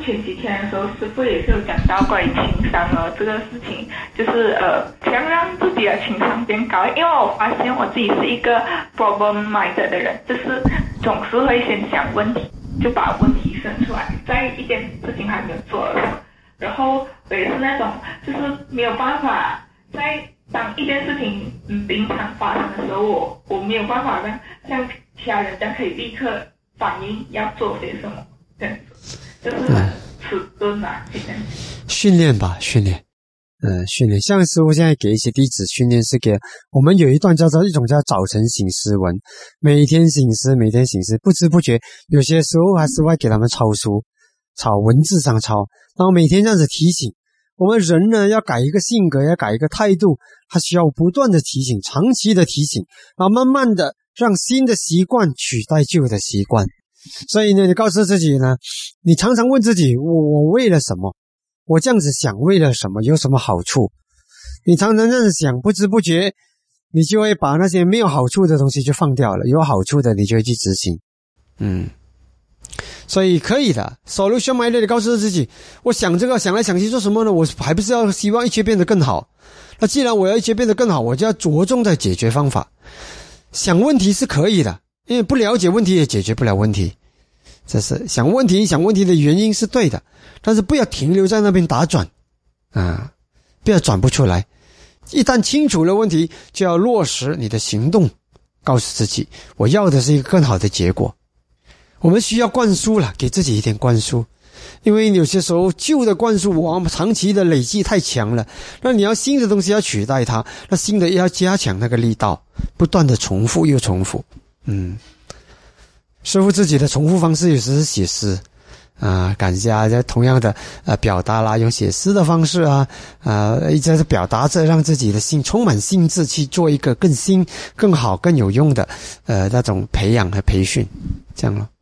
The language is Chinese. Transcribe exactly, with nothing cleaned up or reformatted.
前几天的时候，师傅也是有讲到关于情商的这个事情，就是呃，想让自己的情商变高。因为我发现我自己是一个 problem minded 的人，就是总是会先想问题，就把问题生出来，在一件事情还没有做的时候，然后我也是那种就是没有办法在当一件事情嗯临场发生的时候，我我没有办法让像其他人这样可以立刻反应要做些什么，这样子就是很迟钝啊，这样训练吧，训练，嗯，训练。像师傅现在给一些弟子训练，是给我们有一段叫做一种叫早晨醒思文，每天醒思，每天醒思，不知不觉，有些时候还是会给他们抄书，抄文字上抄，然后每天这样子提醒。我们人呢，要改一个性格，要改一个态度，他需要不断的提醒，长期的提醒，然后慢慢的让新的习惯取代旧的习惯。所以呢，你告诉自己呢，你常常问自己，我我为了什么？我这样子想为了什么？有什么好处？你常常这样子想，不知不觉你就会把那些没有好处的东西就放掉了，有好处的你就会去执行。嗯，所以可以的 solution minded 告诉自己，我想这个想来想去做什么呢？我还不是要希望一切变得更好。那既然我要一切变得更好，我就要着重在解决方法。想问题是可以的，因为不了解问题也解决不了问题。这是想问题想问题的原因是对的，但是不要停留在那边打转啊，不要转不出来。一旦清楚了问题，就要落实你的行动，告诉自己我要的是一个更好的结果。我们需要灌输了，给自己一点灌输，因为有些时候旧的灌输往往长期的累积太强了，那你要新的东西要取代它，那新的要加强那个力道，不断的重复又重复。嗯，师父自己的重复方式有时是写诗啊，感谢啊，同样的呃表达啦，用写诗的方式啊，呃，一直是表达着让自己的心充满兴致去做一个更新、更好、更有用的呃那种培养和培训，这样咯。